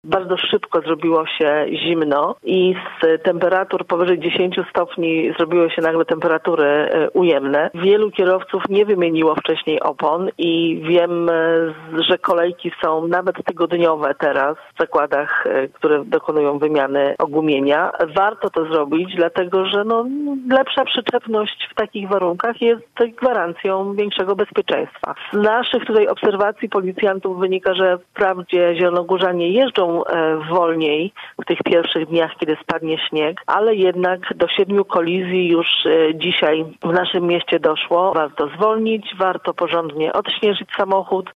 Bardzo szybko zrobiło się zimno i z temperatur powyżej 10 stopni zrobiły się nagle temperatury ujemne. Wielu kierowców nie wymieniło wcześniej opon i wiem, że kolejki są nawet tygodniowe teraz w zakładach, które dokonują wymiany ogumienia. Warto to zrobić, dlatego że lepsza przyczepność w takich warunkach jest gwarancją większego bezpieczeństwa. Z naszych tutaj obserwacji policjantów wynika, że wprawdzie zielonogórzanie jeżdżą wolniej w tych pierwszych dniach, kiedy spadnie śnieg, ale jednak do 7 kolizji już dzisiaj w naszym mieście doszło. Warto zwolnić, warto porządnie odśnieżyć samochód